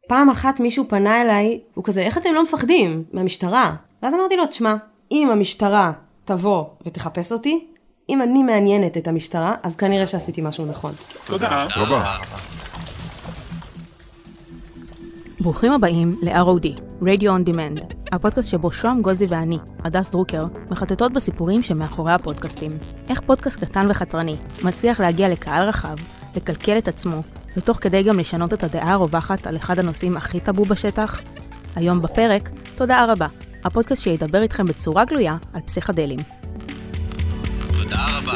פעם אחת מישהו פנה אליי, הוא כזה, איך אתם לא מפחדים מהמשטרה? ואז אמרתי לו, תשמע, אם המשטרה תבוא ותחפש אותי, אם אני מעניינת את המשטרה, אז כנראה שעשיתי משהו נכון. תודה רבה. ברוכים הבאים ל-ROD, Radio on Demand, הפודקאסט שבו שום גוזי ואני, הדס דרוקר, מחטטות בסיפורים שמאחורי הפודקאסטים. איך פודקאסט קטן וחתרני מצליח להגיע לקהל רחב, לקלקל את עצמו, ותוך כדי גם לשנות את הדעה הרווחת על אחד הנושאים הכי טאבו בשטח? היום בפרק, תודה רבה, הפודקאסט שידבר איתכם בצורה גלויה על פסיכדלים. תודה רבה.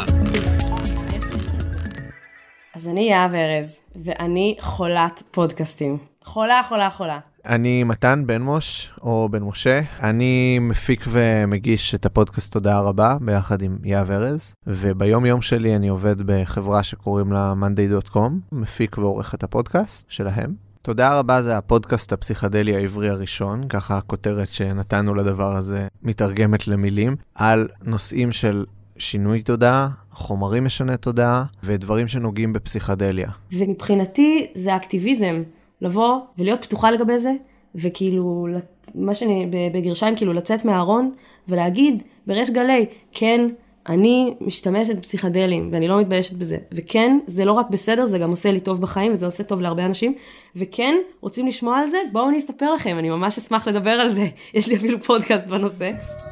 אז אני יהב ארז, ואני חולת פודקאסטים. חולה. אני מתן בן מוש, או בן משה. אני מפיק ומגיש את הפודקאסט תודה רבה, ביחד עם יהב ארז. וביום יום שלי אני עובד בחברה שקוראים לה monday.com, מפיק ועורך את הפודקאסט שלהם. תודה רבה זה הפודקאסט הפסיכדלי העברי הראשון, ככה הכותרת שנתנו לדבר הזה מתרגמת למילים, על נושאים של שינוי תודעה, חומרים משנה תודעה, ודברים שנוגעים בפסיכדליה. ומבחינתי זה אקטיביזם. לבוא ולהיות פתוחה לגבי זה, וכאילו, מה שאני בגרשיים, כאילו לצאת מהארון, ולהגיד בריש גלי, כן, אני משתמשת בפסיכדלים, ואני לא מתביישת בזה. וכן, זה לא רק בסדר, זה גם עושה לי טוב בחיים, וזה עושה טוב להרבה אנשים. וכן, רוצים לשמוע על זה? בואו אני אספר לכם, אני ממש אשמח לדבר על זה. יש לי אפילו פודקאסט בנושא.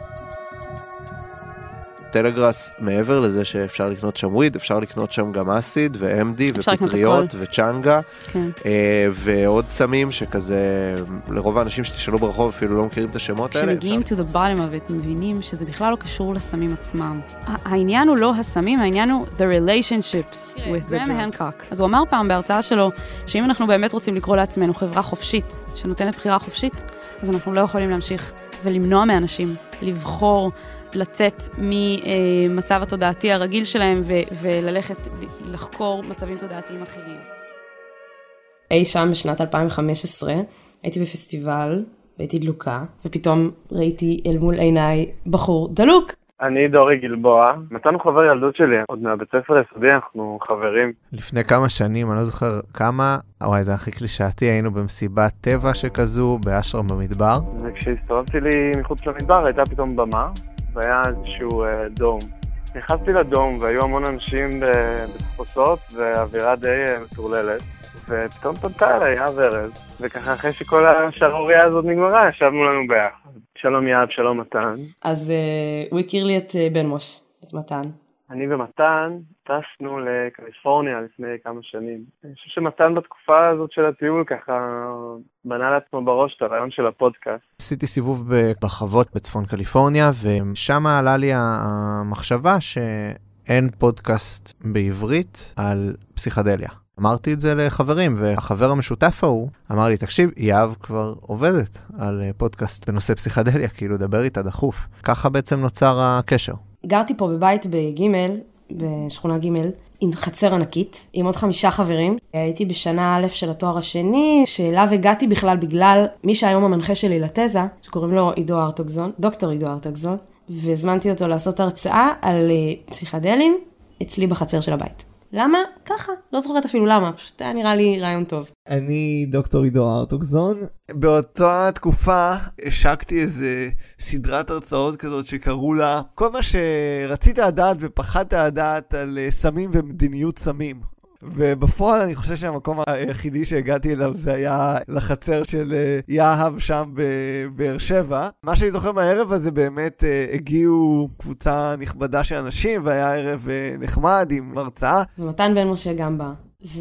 טלגראס, מעבר לזה שאפשר לקנות שם וויד, אפשר לקנות שם גם אסיד ו-MD ופטריות וצ'אנגה, ועוד סמים שכזה, לרוב האנשים שתשאלו ברחוב אפילו לא מכירים את השמות האלה. כשמגיעים to the bottom of it, מבינים שזה בכלל לא קשור לסמים עצמם. העניין הוא לא הסמים, העניין הוא the relationships with the drug. אז הוא אמר פעם בהרצאה שלו, שאם אנחנו באמת רוצים לקרוא לעצמנו חברה חופשית, שנותנת בחירה חופשית, אז אנחנו לא יכולים להמשיך ולמנוע מאנשים לבחור לצאת ממצב התודעתי הרגיל שלהם וללכת לחקור מצבים תודעתיים אחרים. אי שם בשנת 2015 הייתי בפסטיבל והייתי דלוקה, ופתאום ראיתי אל מול עיניי בחור דלוק. אני דורי גלבוע, מתנו חבר ילדות שלי, עוד מהבית ספר היסודי אנחנו חברים. לפני כמה שנים, אני לא זוכר כמה, זה הכי קלישאתי, היינו במסיבת טבע שכזו באשרם במדבר. וכשהסתובבתי לי מחוץ למדבר הייתה פתאום במה, והיה איזשהו דום. נכנסתי לדום והיו המון אנשים בתחפושות ואווירה די מטורללת, ופתאום פנתה אליי יהב ארז, וככה אחרי שכל השערוריה הזאת נגמרה, ישבנו לנו ביחד. שלום יהב, שלום מתן. אז הוא הכיר לי את בן מוש, את מתן. אני ומתן טסנו לקליפורניה לפני כמה שנים. אני חושב שמתן בתקופה הזאת של הטיול ככה בנה לעצמו בראש את הרעיון של הפודקאסט. עשיתי סיבוב בחוות בצפון קליפורניה, ושם עלה לי המחשבה שאין פודקאסט בעברית על פסיכדליה. אמרתי את זה לחברים, והחבר המשותף ההוא אמר לי, תקשיב, יהב כבר עובדת על פודקאסט בנושא פסיכדליה, כאילו דבר איתה דחוף. ככה בעצם נוצר הקשר. גרתי פה בבית בגימל, בשכונה גימל, עם חצר ענקית, עם עוד 5 חברים. הייתי בשנה א' של התואר השני, שאליו הגעתי בכלל בגלל מי שהיום המנחה שלי לתזה, שקוראים לו עידו ארטוגזון, דוקטור עידו ארטוגזון, והזמנתי אותו לעשות הרצאה על פסיכדלים אצלי בחצר של הבית. למה? ככה. לא זוכרת אפילו למה. פשוט היה נראה לי רעיון טוב. אני דוקטור עידו ארטוגזון. באותה תקופה השקתי איזה סדרת הרצאות כזאת שקראו לה כל מה שרצית לדעת ופחדת לדעת על סמים ומדיניות סמים. ובפועל אני חושב שהמקום היחידי שהגעתי אליו זה היה לחצר של יהב שם בבאר שבע. מה שאני זוכר מהערב הזה באמת הגיעו קבוצה נכבדה של אנשים והיה ערב נחמד עם הרצאה. ומתן בן משה גם בא.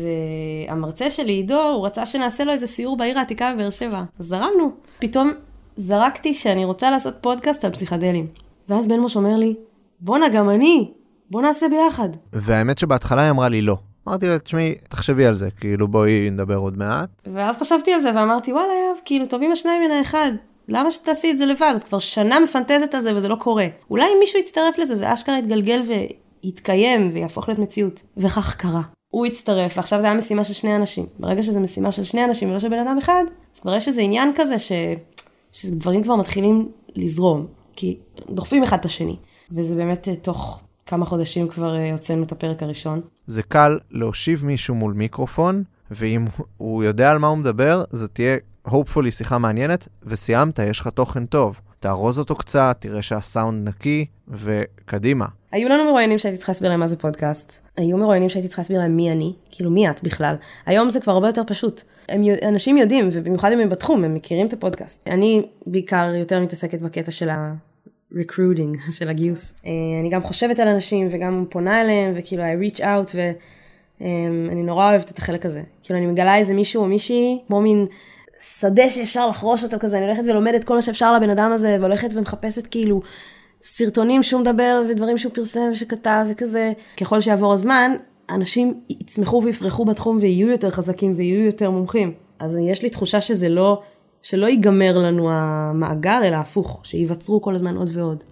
והמרצה שלי עידו הוא רצה שנעשה לו איזה סיור בעיר העתיקה בבאר שבע. אז זרמנו. פתאום זרקתי שאני רוצה לעשות פודקאסט על פסיכדלים. ואז בן משה אומר לי, בוא גם אני, בוא נעשה ביחד. והאמת שבהתחלה היא אמרה לי לא. אמרתי לה, תשמעי, תחשבי על זה, כאילו בואי נדבר עוד מעט. ואז חשבתי על זה ואמרתי, וואלה יהב, כאילו טובים השניים מן האחד. למה שתעשי את זה לבד? את כבר שנה מפנטזת על זה וזה לא קורה. אולי אם מישהו יצטרף לזה, זה אשכרה יתגלגל ויתקיים ויהפוך להיות מציאות. וכך קרה. הוא יצטרף, ועכשיו זה היה משימה של 2 אנשים. ברגע שזה משימה של 2 אנשים ולא של בן אדם אחד, אז כבר יש איזה עניין כזה שדברים כבר מתחילים לזרום. כי דוחפים אחד את השני. וזה באמת תוך כמה חודשים כבר הוצאנו את הפרק הראשון. זה קל להושיב מישהו מול מיקרופון ואם הוא יודע על מה הוא מדבר, זה תהיה hopefully שיחה מעניינת, וסיימת, יש לך תוכן טוב. תארוז אותו קצת, תראה שהסאונד נקי, וקדימה. היו לנו מרואיינים שהייתי צריכה להסביר להם מה זה פודקאסט. היו מרואיינים שהייתי צריכה להסביר להם מי אני, כאילו מי את בכלל. היום זה כבר הרבה יותר פשוט. אנשים יודעים, ובמיוחד אם הם בתחום, הם מכירים את הפודקאסט. אני בעיקר יותר מתעסקת בקטע של ה-recruiting, של הגיוס. אני גם חושבת על אנשים, וגם פונה אליהם, וכאילו I reach out, ואני נורא אוהבת את החלק הזה. כאילו אני מגלה איזה מישהו או מישהי, כמו מין שדה שאפשר לחרוש אותו כזה, אני הולכת ולומדת כל מה שאפשר לבן אדם הזה, והולכת ומחפשת כאילו סרטונים שהוא מדבר, ודברים שהוא פרסם ושכתב וכזה. ככל שיעבור הזמן, אנשים יצמחו ויפרחו בתחום, ויהיו יותר חזקים ויהיו יותר מומחים. אז יש לי תחושה שזה שלא ייגמר לנו המאגר, אלא הפוך, שיווצרו כל הזמן עוד ועוד.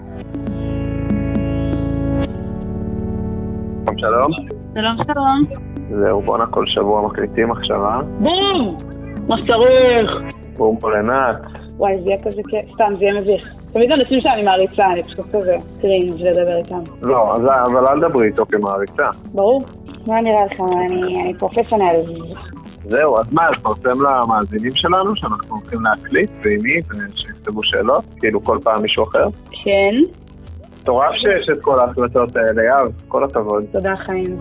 שלום. שלום, שלום. זהו, בואנה כל שבוע מקליטים עכשיו, בום! מה שצריך? בום פה לנת. וואי, זה יהיה כזה סתם, זה יהיה מביך. תמיד אנשים שאני מעריצה, אני פשוט כזה קרינג' לדבר איתם. לא, אבל אל דברי איתו כמעריצה. ברור. מה נראה לך? אני פרופסיונל. זהו, אז מה, לפרסם למאזינים שלנו שאנחנו הולכים להקליט, ועימי, ושכתבו שאלות, כאילו כל פעם מישהו אחר? כן. תורף שיש את כל ההחלטות האלה, יאב, כל הכבוד. תודה, חיים.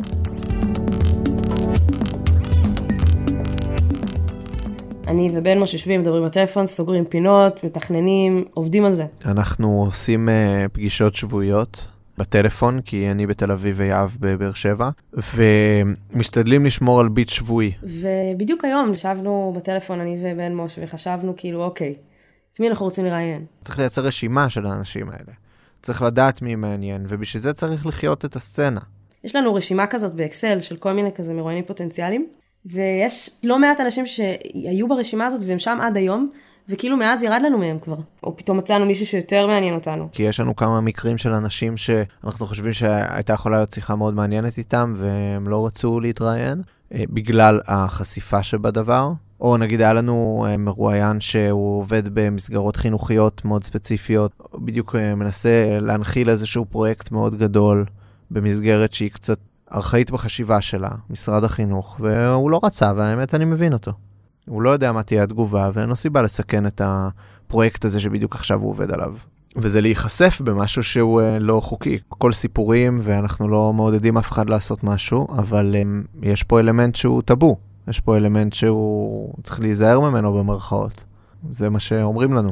אני ובן מוש יושבים, מדברים בטלפון, סוגרים פינות, מתכננים, עובדים על זה. אנחנו עושים פגישות שבועיות בטלפון, כי אני בתל אביב ויאב בבאר שבע, ומשתדלים לשמור על ביט שבועי. ובדיוק היום ישבנו בטלפון, אני ובן מוש, וחשבנו כאילו, אוקיי, את מי אנחנו רוצים לראיין? צריך לייצר רשימה של האנשים האלה. צריך לדעת מי מעניין, ובשביל זה צריך לחיות את הסצנה. יש לנו רשימה כזאת באקסל של כל מיני כזה מרואיינים פוטנציאליים, ויש לא מעט אנשים שהיו ברשימה הזאת והם שם עד היום, וכאילו מאז ירד לנו מהם כבר. או פתאום מצאנו מישהו שיותר מעניין אותנו. כי יש לנו כמה מקרים של אנשים שאנחנו חושבים שהייתה יכולה להיות שיחה מאוד מעניינת איתם, והם לא רצו להתראיין, בגלל החשיפה שבדבר. או נגיד היה לנו מרואיין שהוא עובד במסגרות חינוכיות מאוד ספציפיות, בדיוק מנסה להנחיל איזשהו פרויקט מאוד גדול, במסגרת שהיא קצת ארכאית בחשיבה שלה, משרד החינוך, והוא לא רצה, והאמת אני מבין אותו. הוא לא יודע מה תהיה התגובה, ואין לו סיבה לסכן את הפרויקט הזה שבדיוק עכשיו הוא עובד עליו. וזה להיחשף במשהו שהוא לא חוקי. כל סיפורים, ואנחנו לא מעודדים אף אחד לעשות משהו, אבל יש פה אלמנט שהוא טאבו. יש פה אלמנט שהוא צריך להיזהר ממנו במרכאות. זה מה שאומרים לנו.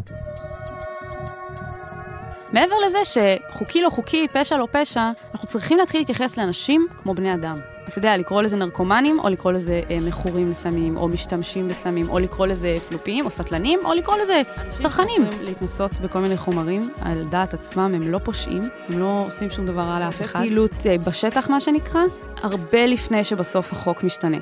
מעבר לזה שחוקי לא חוקי, פשע לא פשע, אנחנו צריכים להתחיל להתייחס לאנשים כמו בני אדם. אתה יודע, לקרוא לזה נרקומנים, או לקרוא לזה מכורים לסמים, או משתמשים בסמים, או לקרוא לזה פלופים, או סטלנים, או לקרוא לזה צרכנים. להתנסות בכל מיני חומרים על דעת עצמם, הם לא פושעים, הם לא עושים שום דבר רע לאף אחד. פעילות בשטח, מה שנקרא, הרבה לפני שבסוף החוק משתנה.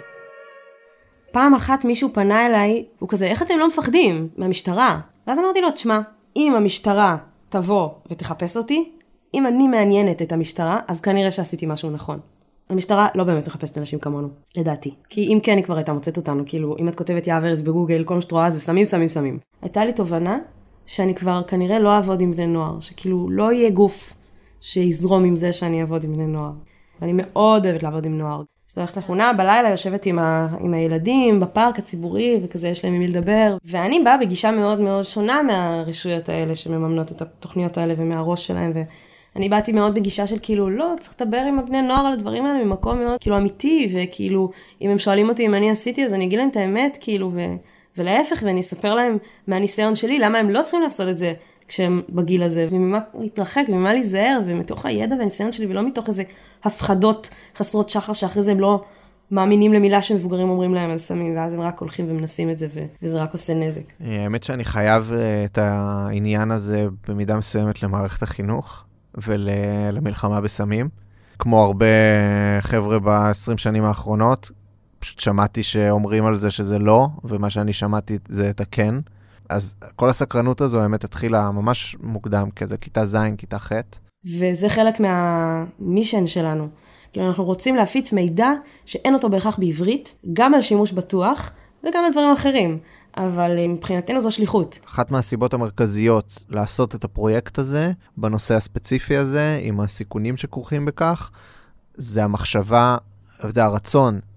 פעם אחת מישהו פנה אליי, הוא כזה, איך אתם לא מפחדים מהמשטרה? ואז אמרתי לו, תשמע, אם המשטרה תבוא ותחפש אותי, אם אני מעניינת את המשטרה, אז כנראה שעשיתי משהו נכון. המשטרה לא באמת מחפשת אנשים כמונו, לדעתי. כי אם כן, היא כבר הייתה מוצאת אותנו, כאילו, אם את כותבת יאב ארז בגוגל, כל מה שאת רואה זה סמים, סמים, סמים. הייתה לי תובנה שאני כבר כנראה לא אעבוד עם בני נוער, שכאילו לא יהיה גוף שיזרום עם זה שאני אעבוד עם בני נוער. ואני מאוד אוהבת לעבוד עם נוער. אז הולכת לחונה, בלילה יושבת עם הילדים, בפארק הציבורי, וכזה יש להם עם מי לדבר. ואני באה בגישה מאוד מאוד שונה מהרשויות האלה שמממנות את התוכניות האלה ומהראש שלהם. ואני באתי מאוד בגישה של כאילו, לא, צריך לדבר עם הבני נוער על הדברים האלה ממקום מאוד כאילו אמיתי, וכאילו, אם הם שואלים אותי אם אני עשיתי, אז אני אגיד להם את האמת, כאילו, ולהפך, ואני אספר להם מהניסיון שלי, למה הם לא צריכים לעשות את זה כשהם בגיל הזה, וממה להתרחק, וממה להיזהר, ומתוך הידע והניסיון שלי, ולא מתוך איזה הפחדות חסרות שחר, שאחרי זה הם לא מאמינים למילה שמבוגרים אומרים להם על סמים, ואז הם רק הולכים ומנסים את זה, וזה רק עושה נזק. האמת שאני חייב את העניין הזה במידה מסוימת למערכת החינוך, ולמלחמה בסמים. כמו הרבה חבר'ה ב-20 שנים האחרונות, פשוט שמעתי שאומרים על זה שזה לא, ומה שאני שמעתי זה את הכן. אז כל הסקרנות הזו האמת התחילה ממש מוקדם, כזה כיתה ז', כיתה ח'. וזה חלק מהמישן שלנו. כאילו אנחנו רוצים להפיץ מידע שאין אותו בהכרח בעברית, גם על שימוש בטוח, וגם על דברים אחרים. אבל מבחינתנו זו שליחות. אחת מהסיבות המרכזיות לעשות את הפרויקט הזה, בנושא הספציפי הזה, עם הסיכונים שכרוכים בכך, זה המחשבה, זה הרצון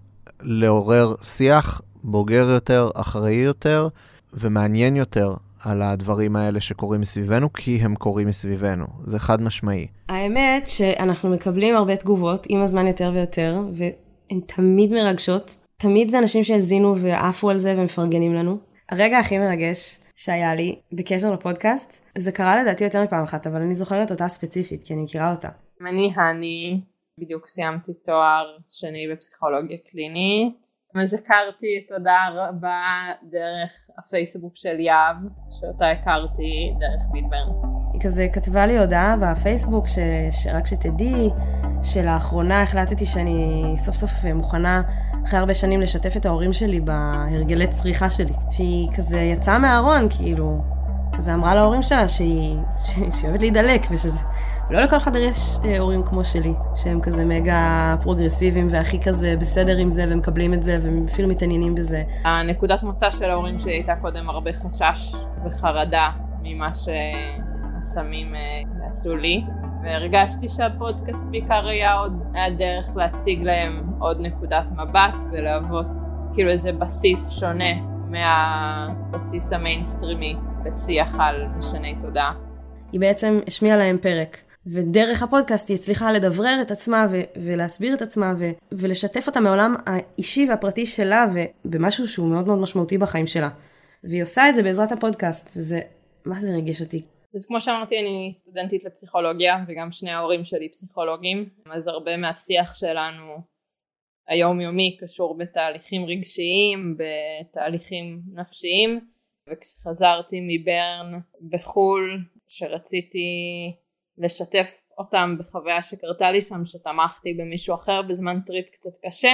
לעורר שיח בוגר יותר, אחראי יותר ומעניין יותר על הדברים האלה שקורים מסביבנו, כי הם קורים מסביבנו. זה חד משמעי. האמת שאנחנו מקבלים הרבה תגובות, עם הזמן יותר ויותר, והן תמיד מרגשות. תמיד זה אנשים שהזינו ועפו על זה ומפרגנים לנו. הרגע הכי מרגש שהיה לי בקשר לפודקאסט, זה קרה לדעתי יותר מפעם אחת, אבל אני זוכרת אותה ספציפית, כי אני מכירה אותה. אני בדיוק סיימתי תואר שני בפסיכולוגיה קלינית. אז הכרתי תודה רבה דרך הפייסבוק של יאב, שאותה הכרתי דרך מידברן. היא כזה כתבה לי הודעה בפייסבוק שרק שתדעי שלאחרונה החלטתי שאני סוף סוף מוכנה אחרי הרבה שנים לשתף את ההורים שלי בהרגלי צריכה שלי. שהיא כזה יצאה מהארון, כאילו, כזה אמרה להורים שלה שהיא אוהבת להידלק ושזה... לא לכל אחד יש הורים כמו שלי, שהם כזה מגה פרוגרסיביים והכי כזה בסדר עם זה ומקבלים את זה ואפילו מתעניינים בזה. הנקודת מוצא של ההורים שלי הייתה קודם הרבה חשש וחרדה ממה שהסמים יעשו לי, והרגשתי שהפודקאסט בעיקר היה דרך להציג להם עוד נקודת מבט ולהוות כאילו איזה בסיס שונה מהבסיס המיינסטרימי לשיח על משני תודעה. היא בעצם השמיעה להם פרק. ודרך הפודקאסט היא הצליחה לדברר את עצמה ולהסביר את עצמה ולשתף אותה מעולם האישי והפרטי שלה ובמשהו שהוא מאוד מאוד משמעותי בחיים שלה. והיא עושה את זה בעזרת הפודקאסט, וזה, מה זה ריגש אותי? אז כמו שאמרתי, אני סטודנטית לפסיכולוגיה, וגם שני ההורים שלי פסיכולוגים, אז הרבה מהשיח שלנו היומיומי קשור בתהליכים רגשיים, בתהליכים נפשיים, וכשחזרתי מברן בחול, שרציתי לשתף אותם בחוויה שקרתה לי שם, שתמכתי במישהו אחר בזמן טריפ קצת קשה,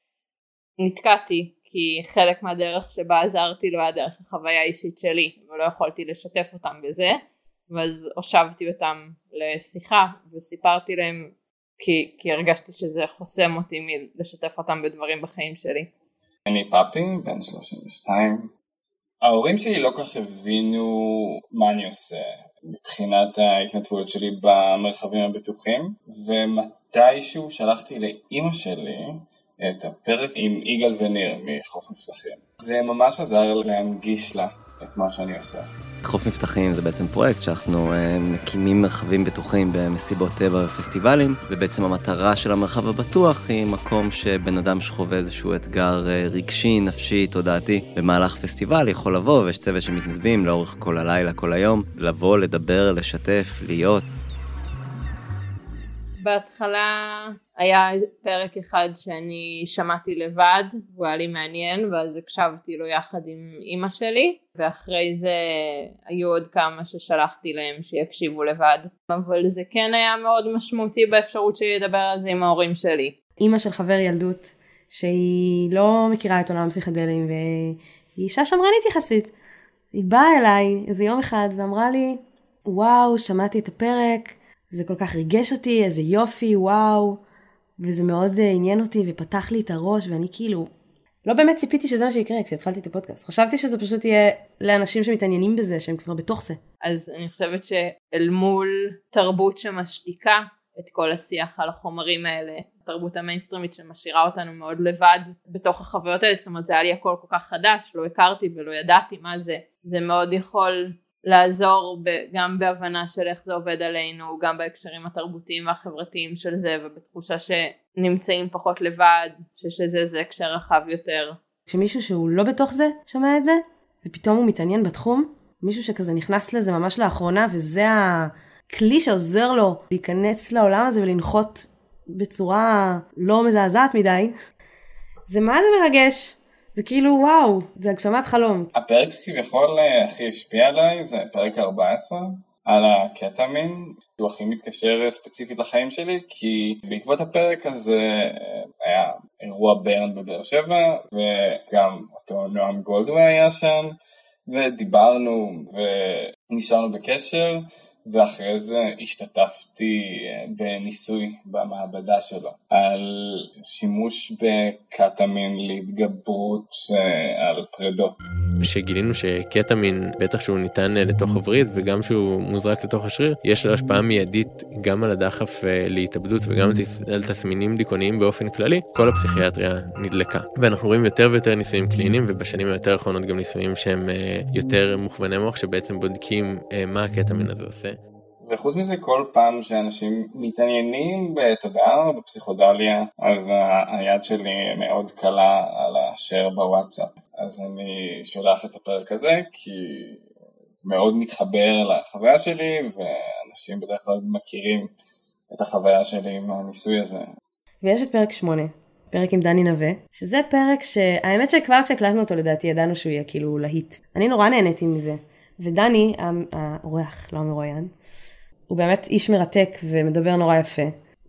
נתקעתי, כי חלק מהדרך שבה עזרתי לו היה דרך החוויה האישית שלי, ולא יכולתי לשתף אותם בזה, ואז הושבתי אותם לשיחה, וסיפרתי להם, כי הרגשתי שזה חוסם אותי מלשתף אותם בדברים בחיים שלי. אני פאפי, בן 32. ההורים שלי לא כך הבינו מה אני עושה, מבחינת ההתנדבויות שלי במרחבים הבטוחים, ומתישהו שלחתי לאמא שלי את הפרק עם יגאל וניר מחוף מבטחים. זה ממש עזר להנגיש לה את מה שאני עושה. חוף מבטחים זה בעצם פרויקט שאנחנו מקימים מרחבים בטוחים במסיבות טבע ופסטיבלים, ובעצם המטרה של המרחב הבטוח היא מקום שבן אדם שחווה איזשהו אתגר רגשי, נפשי, תודעתי. במהלך פסטיבל יכול לבוא, ויש צוות שמתנדבים לאורך כל הלילה, כל היום, לבוא, לדבר, לשתף, להיות. בהתחלה היה פרק אחד שאני שמעתי לבד, הוא היה לי מעניין, ואז הקשבתי לו יחד עם אמא שלי, ואחרי זה היו עוד כמה ששלחתי להם שיקשיבו לבד. אבל זה כן היה מאוד משמעותי באפשרות שלי לדבר על זה עם ההורים שלי. אמא של חבר ילדות, שהיא לא מכירה את עולם הפסיכדלים, והיא אישה שמרנית יחסית. היא באה אליי איזה יום אחד ואמרה לי, וואו, שמעתי את הפרק, זה כל כך ריגש אותי, איזה יופי, וואו, וזה מאוד עניין אותי ופתח לי את הראש, ואני כאילו, לא באמת ציפיתי שזה מה שיקרה כשהתחלתי את הפודקאסט. חשבתי שזה פשוט יהיה לאנשים שמתעניינים בזה, שהם כבר בתוך זה. אז אני חושבת שאל מול תרבות שמשתיקה את כל השיח על החומרים האלה, תרבות המיינסטרימית שמשאירה אותנו מאוד לבד בתוך החוויות האלה, זאת אומרת זה היה לי הכל כל כך חדש, לא הכרתי ולא ידעתי מה זה. זה מאוד יכול לעזור גם בהבנה של איך זה עובד עלינו, גם בהקשרים התרבותיים והחברתיים של זה, ובתחושה שנמצאים פחות לבד, שזה הקשר רחב יותר. כשמישהו שהוא לא בתוך זה שומע את זה, ופתאום הוא מתעניין בתחום, מישהו שכזה נכנס לזה ממש לאחרונה, וזה הכלי שעוזר לו להיכנס לעולם הזה ולנחות בצורה לא מזעזעת מדי, זה מה זה מרגש. זה כאילו וואו, זה הגשמת חלום. הפרק שכביכול הכי השפיע עליי זה פרק 14 על הקטמין, הוא הכי מתקשר ספציפית לחיים שלי, כי בעקבות הפרק הזה היה אירוע ברן בבאר שבע, וגם אותו נועם גולדווי היה שם, ודיברנו ונשארנו בקשר, ואחרי זה השתתפתי בניסוי במעבדה שלו על שימוש בקטמין להתגברות על פרדות. שגילינו שקטמין, בטח שהוא ניתן לתוך הווריד וגם שהוא מוזרק לתוך השריר, יש לו השפעה מיידית גם על הדחף להתאבדות וגם על תסמינים דיכאוניים באופן כללי. כל הפסיכיאטריה נדלקה. ואנחנו רואים יותר ויותר ניסויים קליניים, ובשנים היותר האחרונות גם ניסויים שהם יותר מוכווני מוח, שבעצם בודקים מה הקטמין הזה עושה. וחוץ מזה, כל פעם שאנשים מתעניינים בתודעה או בפסיכודליה, אז היד שלי מאוד קלה על השאר בוואטסאפ. אז אני שולח את הפרק הזה, כי זה מאוד מתחבר לחוויה שלי, ואנשים בדרך כלל מכירים את החוויה שלי עם הניסוי הזה. ויש את פרק 8, פרק עם דני נווה, שזה פרק שהאמת שכבר כשהקלטנו אותו לדעתי ידענו שהוא יהיה כאילו להיט. אני נורא נהניתי מזה. ודני, האורח, לא המרואיין, הוא באמת איש מרתק ומדבר נורא יפה.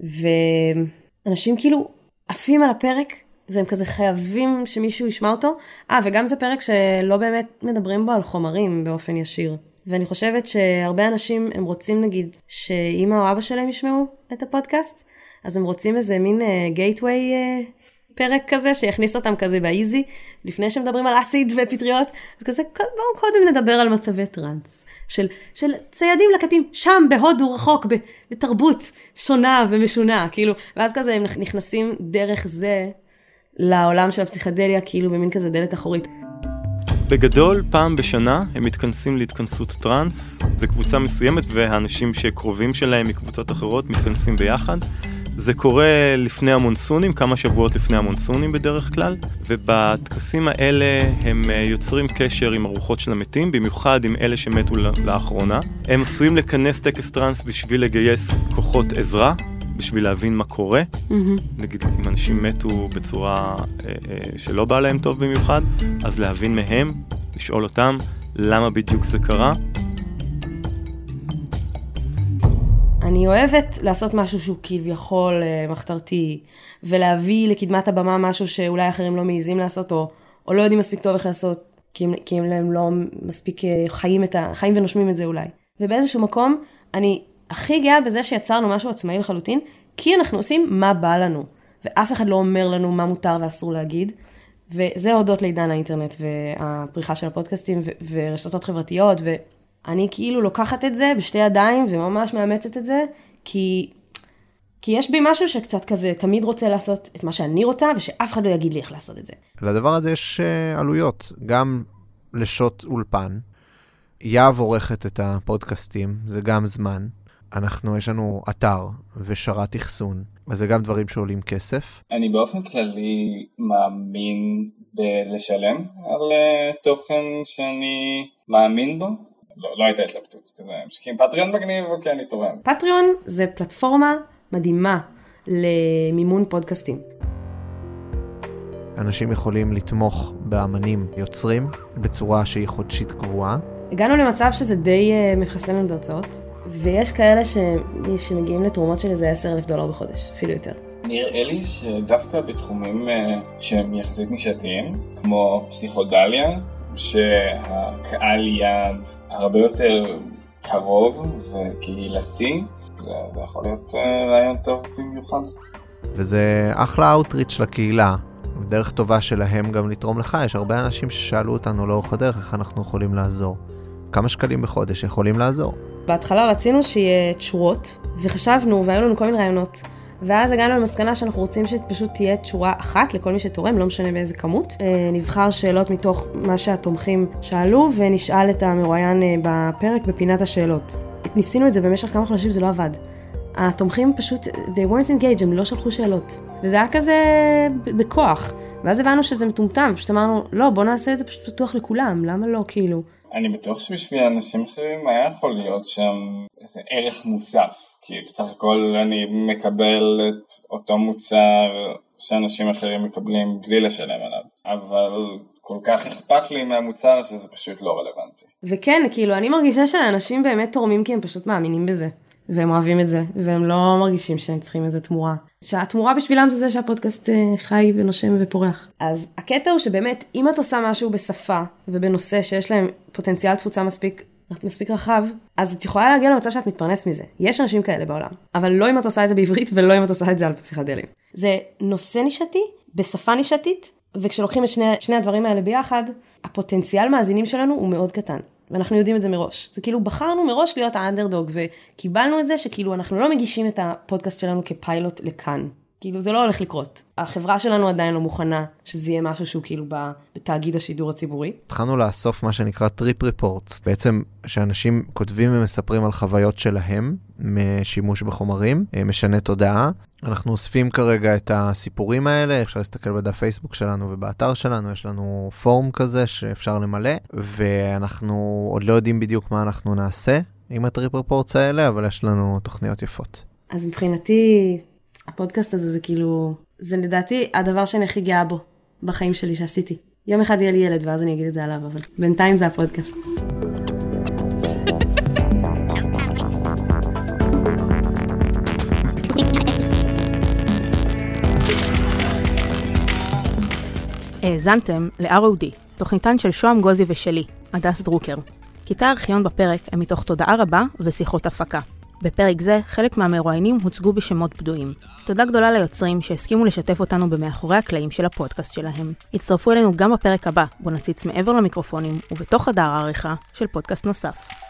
ואנשים כאילו עפים על הפרק, והם כזה חייבים שמישהו ישמע אותו. וגם זה פרק שלא באמת מדברים בו על חומרים באופן ישיר. ואני חושבת שהרבה אנשים הם רוצים נגיד שאמא או אבא שלהם ישמעו את הפודקאסט, אז הם רוצים איזה מין גייטווי פרק כזה שיכניס אותם כזה באיזי, לפני שמדברים על אסיד ופטריות, אז כזה בואו קודם נדבר על מצבי טרנס, של ציידים לקטים שם בהודו רחוק, בתרבות שונה ומשונה, כאילו, ואז כזה הם נכנסים דרך זה לעולם של הפסיכדליה, כאילו במין כזה דלת אחורית. בגדול, פעם בשנה הם מתכנסים להתכנסות טרנס, זה קבוצה מסוימת והאנשים שקרובים שלהם מקבוצות אחרות מתכנסים ביחד. זה קורה לפני המונסונים, כמה שבועות לפני המונסונים בדרך כלל, ובטקסים האלה הם יוצרים קשר עם הרוחות של המתים, במיוחד עם אלה שמתו לאחרונה. הם עשויים לכנס טקס טרנס בשביל לגייס כוחות עזרה, בשביל להבין מה קורה. נגיד, אם אנשים מתו בצורה שלא בא להם טוב במיוחד, אז להבין מהם, לשאול אותם למה בדיוק זה קרה. אני אוהבת לעשות משהו שהוא כביכול מחתרתי, ולהביא לקדמת הבמה משהו שאולי אחרים לא מעיזים לעשות, או לא יודעים מספיק טוב איך לעשות, כי הם לא מספיק חיים ונושמים את זה אולי. ובאיזשהו מקום, אני הכי גאה בזה שיצרנו משהו עצמאי לחלוטין, כי אנחנו עושים מה בא לנו, ואף אחד לא אומר לנו מה מותר ואסור להגיד, וזה הודות לעידן האינטרנט, והפריחה של הפודקאסטים, ורשתות חברתיות, אני כאילו לוקחת את זה בשתי ידיים וממש מאמצת את זה, כי יש בי משהו שקצת כזה תמיד רוצה לעשות את מה שאני רוצה, ושאף אחד לא יגיד לי איך לעשות את זה. לדבר הזה יש עלויות, גם לשות אולפן. יאב עורכת את הפודקאסטים, זה גם זמן. יש לנו אתר ושרת אחסון, אז זה גם דברים שעולים כסף. אני באופן כללי מאמין בלשלם על תוכן שאני מאמין בו. לא הייתה התלבטות, כזה משקיעים פטריון מגניב או כן, אני תורם. פטריון זה פלטפורמה מדהימה למימון פודקאסטים. אנשים יכולים לתמוך באמנים יוצרים בצורה שהיא חודשית קבועה. הגענו למצב שזה די מחסן לנו דרצאות, ויש כאלה שמגיעים לתרומות של איזה $10,000 בחודש, אפילו יותר. נראה לי שדווקא בתחומים שהם יחסית נישתיים, כמו פסיכודליה, שהקהל יעד הרבה יותר קרוב וקהילתי, זה יכול להיות רעיון טוב במיוחד. וזה אחלה אוטריץ' לקהילה, ודרך טובה שלהם גם לתרום לך. יש הרבה אנשים ששאלו אותנו לאורך הדרך איך אנחנו יכולים לעזור. כמה שקלים בחודש יכולים לעזור? בהתחלה רצינו שיהיה תשורות, וחשבנו והיו לנו כל מיני רעיונות. ואז הגענו למסקנה שאנחנו רוצים שפשוט תהיה תשורה אחת לכל מי שתורם, לא משנה באיזה כמות. נבחר שאלות מתוך מה שהתומכים שאלו, ונשאל את המרואיין בפרק בפינת השאלות. ניסינו את זה במשך כמה חודשים, זה לא עבד. התומכים פשוט, they weren't engaged, הם לא שלחו שאלות. וזה היה כזה בכוח. ואז הבנו שזה מטומטם, פשוט אמרנו, לא, בוא נעשה את זה פשוט פתוח לכולם, למה לא, כאילו? אני בטוח שבשביל אנשים אחרים היה יכול להיות שם איזה ערך מוסף, כי בסך הכל אני מקבל את אותו מוצר שאנשים אחרים מקבלים בלי לשלם עליו, אבל כל כך אכפת לי מהמוצר שזה פשוט לא רלוונטי. וכן, כאילו אני מרגישה שהאנשים באמת תורמים כי הם פשוט מאמינים בזה, והם אוהבים את זה, והם לא מרגישים שהם צריכים איזה תמורה. שהתמורה בשבילם זה שהפודקאסט חי ונושם ופורח. אז הקטע הוא שבאמת, אם את עושה משהו בשפה ובנושא שיש להם פוטנציאל תפוצה מספיק מספיק רחב, אז את יכולה להגיע למצב שאת מתפרנס מזה. יש אנשים כאלה בעולם, אבל לא אם את עושה את זה בעברית, ולא אם את עושה את זה על פסיכדלים. זה נושא נישתי, בשפה נישתית, וכשלוקחים את שני הדברים האלה ביחד, הפוטנציאל מאזינים שלנו הוא מאוד קטן. ואנחנו יודעים את זה מראש. זה כאילו בחרנו מראש להיות האנדרדוג, וקיבלנו את זה שכאילו אנחנו לא מגישים את הפודקאסט שלנו כפיילוט לכאן. כאילו זה לא הולך לקרות. החברה שלנו עדיין לא מוכנה שזה יהיה משהו שהוא כאילו בתאגיד השידור הציבורי. התחלנו לאסוף מה שנקרא טריפ ריפורטס. בעצם שאנשים כותבים ומספרים על חוויות שלהם משימוש בחומרים, משנה תודעה. אנחנו אוספים כרגע את הסיפורים האלה, אפשר להסתכל בדף פייסבוק שלנו ובאתר שלנו, יש לנו פורום כזה שאפשר למלא, ואנחנו עוד לא יודעים בדיוק מה אנחנו נעשה עם הטריפ ריפורטס האלה, אבל יש לנו תוכניות יפות. אז מבחינתי, הפודקאסט הזה זה כאילו, זה לדעתי הדבר שאני הכי גאה בו בחיים שלי שעשיתי. יום אחד יהיה לי ילד ואז אני אגיד את זה עליו, אבל בינתיים זה הפודקאסט. האזנתם ל-ROD, תוכניתן של שוהם גוזי ושלי, הדס דרוקר. קטעי הארכיון בפרק הם מתוך תודעה רבה ושיחות הפקה. בפרק זה, חלק מהמרואיינים הוצגו בשמות בדויים. תודה גדולה ליוצרים שהסכימו לשתף אותנו במאחורי הקלעים של הפודקאסט שלהם. הצטרפו אלינו גם בפרק הבא, בו נציץ מעבר למיקרופונים ובתוך חדר העריכה של פודקאסט נוסף.